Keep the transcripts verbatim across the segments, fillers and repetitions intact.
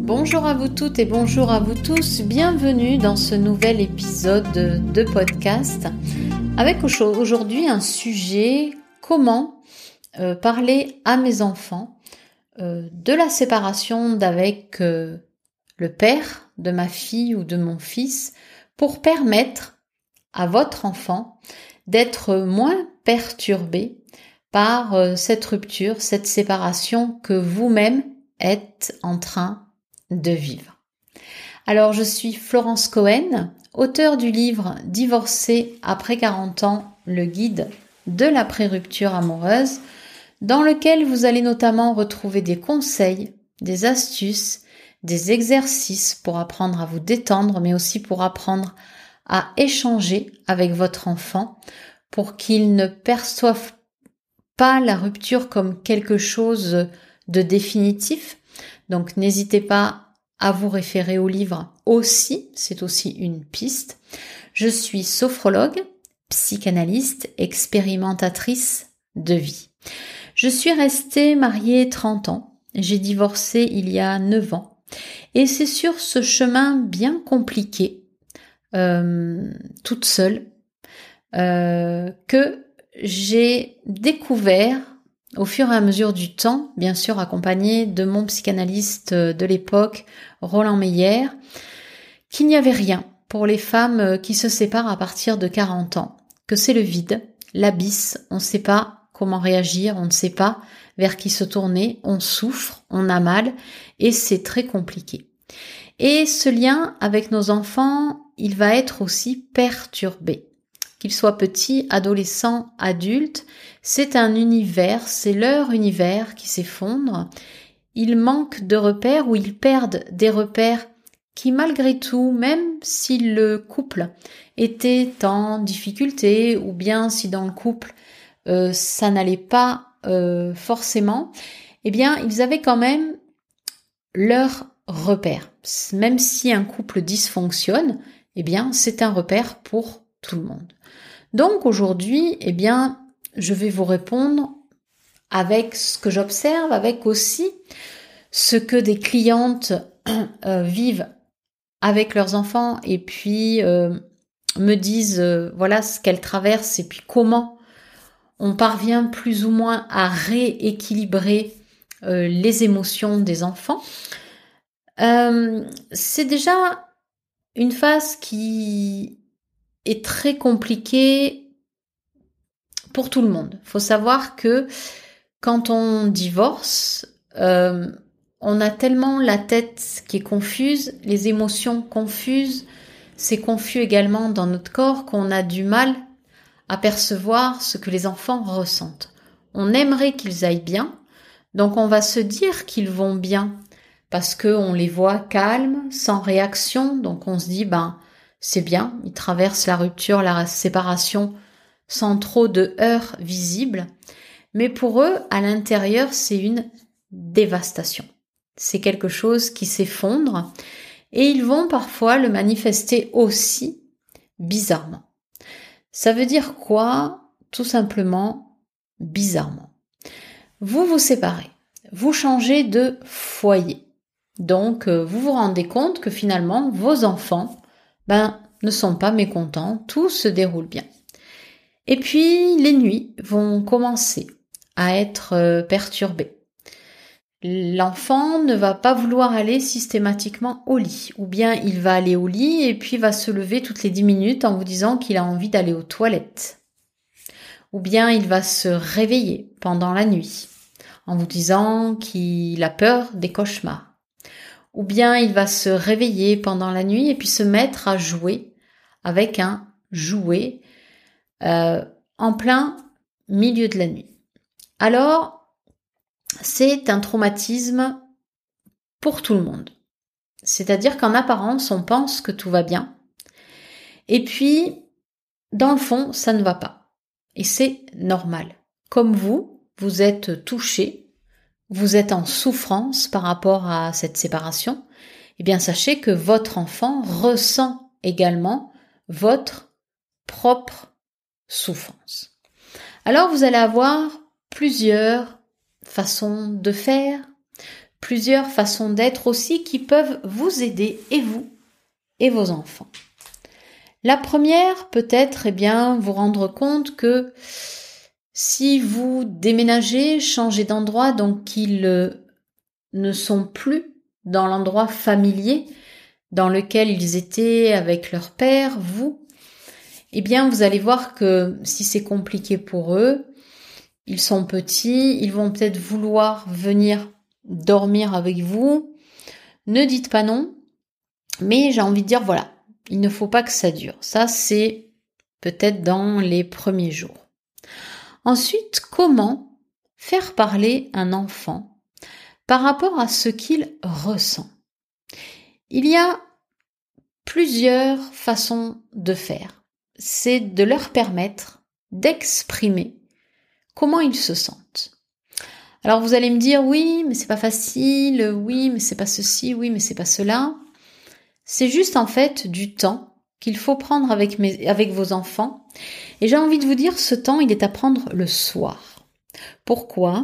Bonjour à vous toutes et bonjour à vous tous, bienvenue dans ce nouvel épisode de podcast avec aujourd'hui un sujet, comment euh, parler à mes enfants euh, de la séparation d'avec euh, le père de ma fille ou de mon fils pour permettre à votre enfant d'être moins perturbé par euh, cette rupture, cette séparation que vous-même êtes en train de vivre. Alors, je suis Florence Cohen, auteure du livre Divorcer après quarante ans, le guide de la pré-rupture amoureuse, dans lequel vous allez notamment retrouver des conseils, des astuces, des exercices pour apprendre à vous détendre, mais aussi pour apprendre à échanger avec votre enfant pour qu'il ne perçoive pas la rupture comme quelque chose de définitif. Donc, n'hésitez pas à vous référer au livre aussi, c'est aussi une piste. Je suis sophrologue, psychanalyste, expérimentatrice de vie. Je suis restée mariée trente ans, j'ai divorcé il y a neuf ans et c'est sur ce chemin bien compliqué, euh, toute seule, euh, que j'ai découvert au fur et à mesure du temps, bien sûr accompagnée de mon psychanalyste de l'époque, Roland Meyer, qu'il n'y avait rien pour les femmes qui se séparent à partir de quarante ans, que c'est le vide, l'abysse, on ne sait pas comment réagir, on ne sait pas vers qui se tourner, on souffre, on a mal et c'est très compliqué. Et ce lien avec nos enfants, il va être aussi perturbé. Qu'ils soient petits, adolescents, adultes, c'est un univers, c'est leur univers qui s'effondre. Ils manquent de repères ou ils perdent des repères qui malgré tout, même si le couple était en difficulté ou bien si dans le couple euh, ça n'allait pas euh, forcément, eh bien ils avaient quand même leurs repères. Même si un couple dysfonctionne, eh bien c'est un repère pour tout le monde. Donc aujourd'hui, eh bien, je vais vous répondre avec ce que j'observe, avec aussi ce que des clientes euh, vivent avec leurs enfants et puis euh, me disent euh, voilà ce qu'elles traversent et puis comment on parvient plus ou moins à rééquilibrer euh, les émotions des enfants. Euh, c'est déjà une phase qui est très compliquée pour tout le monde. Il faut savoir que quand on divorce, euh, on a tellement la tête qui est confuse, les émotions confuses, c'est confus également dans notre corps qu'on a du mal à percevoir ce que les enfants ressentent. On aimerait qu'ils aillent bien, donc on va se dire qu'ils vont bien parce qu'on les voit calmes, sans réaction, donc on se dit ben c'est bien, ils traversent la rupture, la séparation sans trop de heurts visibles. Mais pour eux, à l'intérieur, c'est une dévastation. C'est quelque chose qui s'effondre et ils vont parfois le manifester aussi bizarrement. Ça veut dire quoi? Tout simplement bizarrement. Vous vous séparez, vous changez de foyer. Donc, vous vous rendez compte que finalement, vos enfants ben, ne sont pas mécontents, tout se déroule bien. Et puis, les nuits vont commencer à être perturbées. L'enfant ne va pas vouloir aller systématiquement au lit, ou bien il va aller au lit et puis va se lever toutes les dix minutes en vous disant qu'il a envie d'aller aux toilettes. Ou bien il va se réveiller pendant la nuit en vous disant qu'il a peur des cauchemars. Ou bien il va se réveiller pendant la nuit et puis se mettre à jouer avec un jouet euh, en plein milieu de la nuit. Alors, c'est un traumatisme pour tout le monde. C'est-à-dire qu'en apparence, on pense que tout va bien. Et puis, dans le fond, ça ne va pas. Et c'est normal. Comme vous, vous êtes touché, vous êtes en souffrance par rapport à cette séparation, eh bien, sachez que votre enfant ressent également votre propre souffrance. Alors, vous allez avoir plusieurs façons de faire, plusieurs façons d'être aussi qui peuvent vous aider, et vous, et vos enfants. La première, peut-être, eh bien, vous rendre compte que si vous déménagez, changez d'endroit, donc qu'ils euh, ne sont plus dans l'endroit familier dans lequel ils étaient avec leur père, vous, eh bien, vous allez voir que si c'est compliqué pour eux, ils sont petits, ils vont peut-être vouloir venir dormir avec vous. Ne dites pas non, mais j'ai envie de dire, voilà, il ne faut pas que ça dure. Ça, c'est peut-être dans les premiers jours. Ensuite, comment faire parler un enfant par rapport à ce qu'il ressent? Il y a plusieurs façons de faire. C'est de leur permettre d'exprimer comment ils se sentent. Alors vous allez me dire, oui, mais c'est pas facile, oui, mais c'est pas ceci, oui, mais c'est pas cela. C'est juste en fait du temps qu'il faut prendre avec, mes, avec vos enfants. Et j'ai envie de vous dire, ce temps, il est à prendre le soir. Pourquoi ?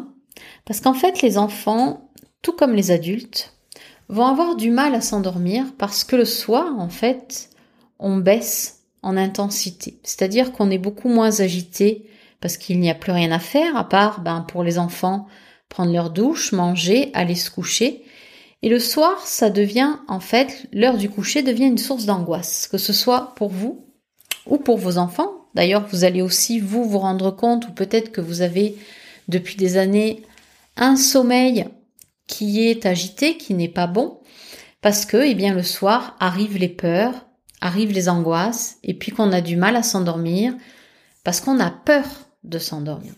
Parce qu'en fait, les enfants, tout comme les adultes, vont avoir du mal à s'endormir parce que le soir, en fait, on baisse en intensité. C'est-à-dire qu'on est beaucoup moins agité parce qu'il n'y a plus rien à faire à part, ben, pour les enfants, prendre leur douche, manger, aller se coucher. Et le soir, ça devient, en fait, l'heure du coucher devient une source d'angoisse, que ce soit pour vous ou pour vos enfants. D'ailleurs, vous allez aussi, vous, vous rendre compte, ou peut-être que vous avez, depuis des années, un sommeil qui est agité, qui n'est pas bon, parce que, eh bien, le soir, arrivent les peurs, arrivent les angoisses, et puis qu'on a du mal à s'endormir, parce qu'on a peur de s'endormir.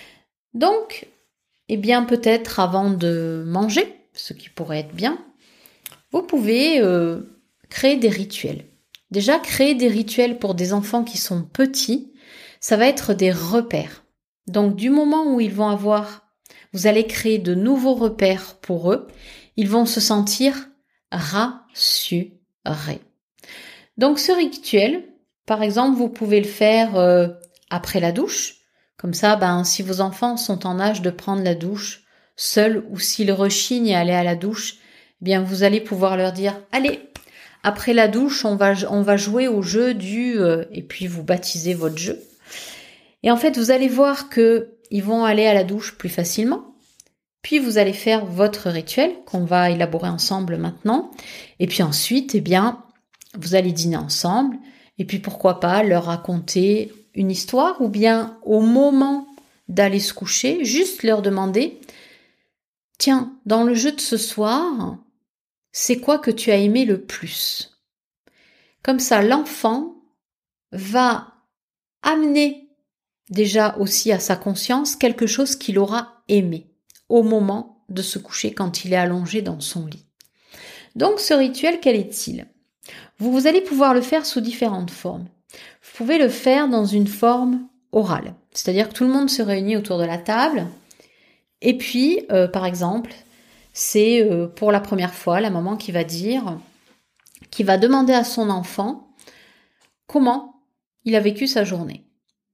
Donc, eh bien, peut-être avant de manger, ce qui pourrait être bien, vous pouvez euh, créer des rituels. Déjà, créer des rituels pour des enfants qui sont petits, ça va être des repères. Donc, du moment où ils vont avoir, vous allez créer de nouveaux repères pour eux, ils vont se sentir rassurés. Donc, ce rituel, par exemple, vous pouvez le faire euh, après la douche. Comme ça, ben, si vos enfants sont en âge de prendre la douche seuls ou s'ils rechignent à aller à la douche, eh bien, vous allez pouvoir leur dire, allez, après la douche, on va, on va jouer au jeu du, euh, et puis vous baptisez votre jeu. Et en fait, vous allez voir que ils vont aller à la douche plus facilement. Puis vous allez faire votre rituel qu'on va élaborer ensemble maintenant. Et puis ensuite, eh bien, vous allez dîner ensemble. Et puis pourquoi pas leur raconter une histoire ou bien au moment d'aller se coucher, juste leur demander, tiens, dans le jeu de ce soir, c'est quoi que tu as aimé le plus? Comme ça, l'enfant va amener déjà aussi à sa conscience quelque chose qu'il aura aimé au moment de se coucher quand il est allongé dans son lit. Donc ce rituel, quel est-il? Vous, vous allez pouvoir le faire sous différentes formes. Vous pouvez le faire dans une forme orale, c'est-à-dire que tout le monde se réunit autour de la table et puis, euh, par exemple, c'est euh, pour la première fois la maman qui va dire, qui va demander à son enfant comment il a vécu sa journée.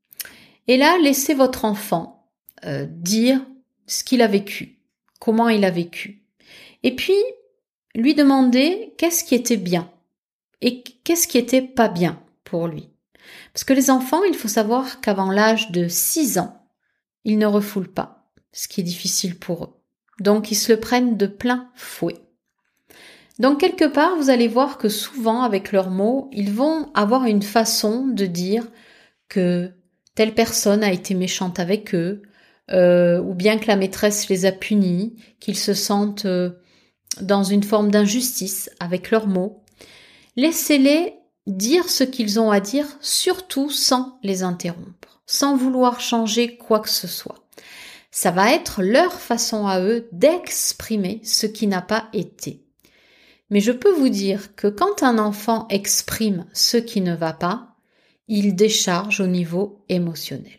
Et là, laissez votre enfant euh, dire ce qu'il a vécu, comment il a vécu. Et puis, lui demander qu'est-ce qui était bien et qu'est-ce qui était pas bien pour lui. Parce que les enfants, il faut savoir qu'avant l'âge de six ans, ils ne refoulent pas, ce qui est difficile pour eux. Donc, ils se le prennent de plein fouet. Donc, quelque part, vous allez voir que souvent, avec leurs mots, ils vont avoir une façon de dire que telle personne a été méchante avec eux, euh, ou bien que la maîtresse les a punis, qu'ils se sentent euh, dans une forme d'injustice avec leurs mots. Laissez-les dire ce qu'ils ont à dire, surtout sans les interrompre, sans vouloir changer quoi que ce soit. Ça va être leur façon à eux d'exprimer ce qui n'a pas été. Mais je peux vous dire que quand un enfant exprime ce qui ne va pas, il décharge au niveau émotionnel.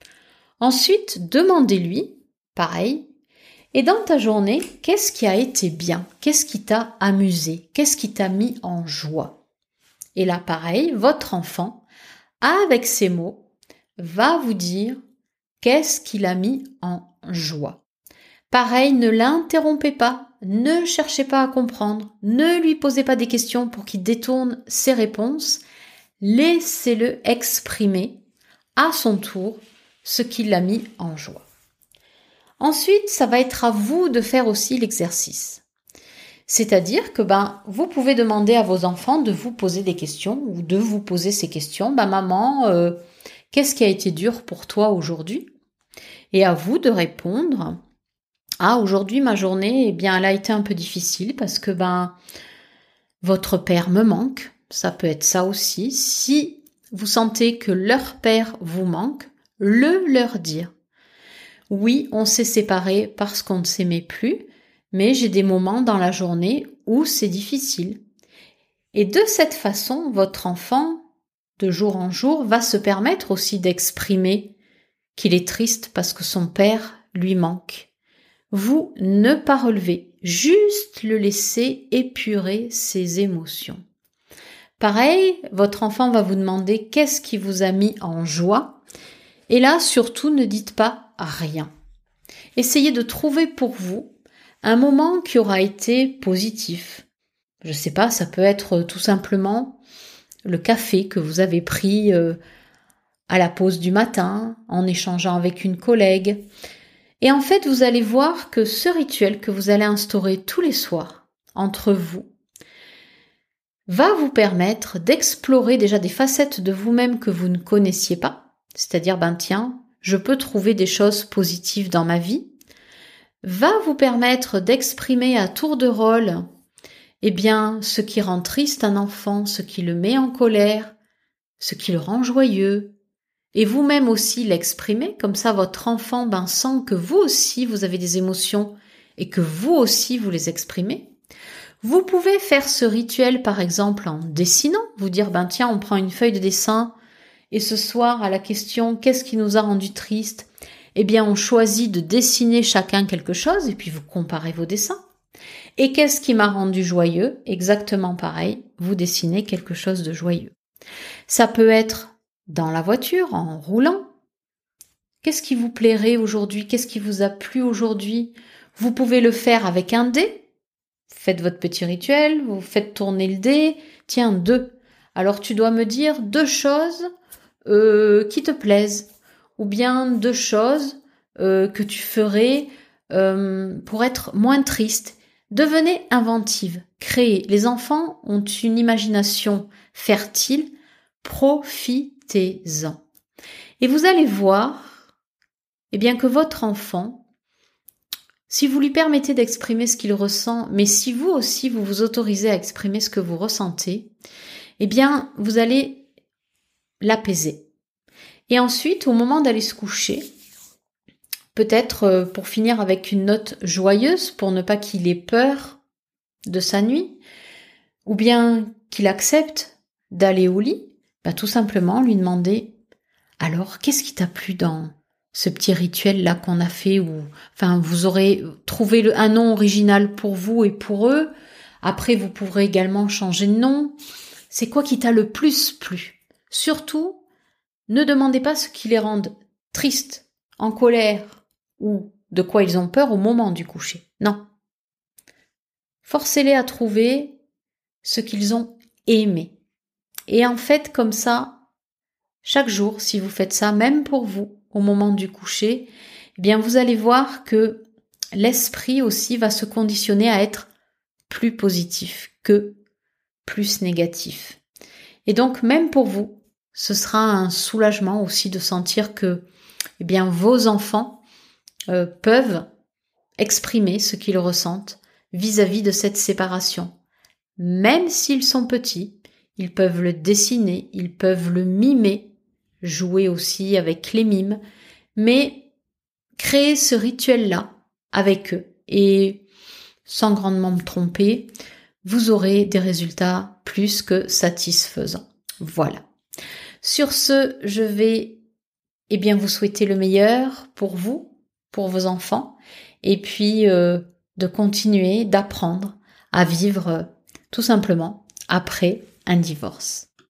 Ensuite, demandez-lui, pareil, et dans ta journée, qu'est-ce qui a été bien? Qu'est-ce qui t'a amusé? Qu'est-ce qui t'a mis en joie? Et là, pareil, votre enfant, avec ses mots, va vous dire qu'est-ce qu'il a mis en joie. Pareil, ne l'interrompez pas, ne cherchez pas à comprendre, ne lui posez pas des questions pour qu'il détourne ses réponses, laissez-le exprimer à son tour ce qui l'a mis en joie. Ensuite, ça va être à vous de faire aussi l'exercice. C'est-à-dire que ben, vous pouvez demander à vos enfants de vous poser des questions ou de vous poser ces questions. Ben, maman, euh, qu'est-ce qui a été dur pour toi aujourd'hui ? Et à vous de répondre. Ah, aujourd'hui, ma journée, eh bien, elle a été un peu difficile parce que ben, votre père me manque. Ça peut être ça aussi. Si vous sentez que leur père vous manque, le leur dire. Oui, on s'est séparés parce qu'on ne s'aimait plus, mais j'ai des moments dans la journée où c'est difficile. Et de cette façon, votre enfant, de jour en jour, va se permettre aussi d'exprimer qu'il est triste parce que son père lui manque. Vous ne pas relever, juste le laisser épurer ses émotions. Pareil, votre enfant va vous demander qu'est-ce qui vous a mis en joie. Et là, surtout, ne dites pas rien. Essayez de trouver pour vous un moment qui aura été positif. Je sais pas, ça peut être tout simplement le café que vous avez pris euh, à la pause du matin, en échangeant avec une collègue. Et en fait, vous allez voir que ce rituel que vous allez instaurer tous les soirs entre vous va vous permettre d'explorer déjà des facettes de vous-même que vous ne connaissiez pas. C'est-à-dire, ben tiens, je peux trouver des choses positives dans ma vie. Va vous permettre d'exprimer à tour de rôle, eh bien, ce qui rend triste un enfant, ce qui le met en colère, ce qui le rend joyeux. Et vous-même aussi l'exprimer, comme ça votre enfant ben, sent que vous aussi vous avez des émotions et que vous aussi vous les exprimez. Vous pouvez faire ce rituel par exemple en dessinant, vous dire ben tiens on prend une feuille de dessin et ce soir à la question qu'est-ce qui nous a rendu triste, eh bien on choisit de dessiner chacun quelque chose et puis vous comparez vos dessins. Et qu'est-ce qui m'a rendu joyeux? Exactement pareil, vous dessinez quelque chose de joyeux. Ça peut être dans la voiture, en roulant. Qu'est-ce qui vous plairait aujourd'hui? Qu'est-ce qui vous a plu aujourd'hui? Vous pouvez le faire avec un dé. Faites votre petit rituel, vous faites tourner le dé. Tiens, deux. Alors tu dois me dire deux choses euh, qui te plaisent. Ou bien deux choses euh, que tu ferais euh, pour être moins triste. Devenez inventive, créez. Les enfants ont une imagination fertile. Profitez-en. Et vous allez voir, eh bien que votre enfant, si vous lui permettez d'exprimer ce qu'il ressent, mais si vous aussi vous vous autorisez à exprimer ce que vous ressentez, eh bien vous allez l'apaiser. Et ensuite, au moment d'aller se coucher, peut-être pour finir avec une note joyeuse, pour ne pas qu'il ait peur de sa nuit, ou bien qu'il accepte d'aller au lit, bah, tout simplement lui demander « Alors, qu'est-ce qui t'a plu dans ce petit rituel-là qu'on a fait ?» ou enfin, vous aurez trouvé le, un nom original pour vous et pour eux. Après, vous pourrez également changer de nom. C'est quoi qui t'a le plus plu? Surtout, ne demandez pas ce qui les rende tristes, en colère ou de quoi ils ont peur au moment du coucher. Non. Forcez-les à trouver ce qu'ils ont aimé. Et en fait, comme ça, chaque jour, si vous faites ça, même pour vous, au moment du coucher, eh bien, vous allez voir que l'esprit aussi va se conditionner à être plus positif que plus négatif. Et donc, même pour vous, ce sera un soulagement aussi de sentir que, eh bien, vos enfants euh, peuvent exprimer ce qu'ils ressentent vis-à-vis de cette séparation. Même s'ils sont petits, ils peuvent le dessiner, ils peuvent le mimer, jouer aussi avec les mimes, mais créer ce rituel-là avec eux. Et sans grandement me tromper, vous aurez des résultats plus que satisfaisants. Voilà. Sur ce, je vais eh bien, vous souhaiter le meilleur pour vous, pour vos enfants, et puis euh, de continuer d'apprendre à vivre euh, tout simplement après un divorce.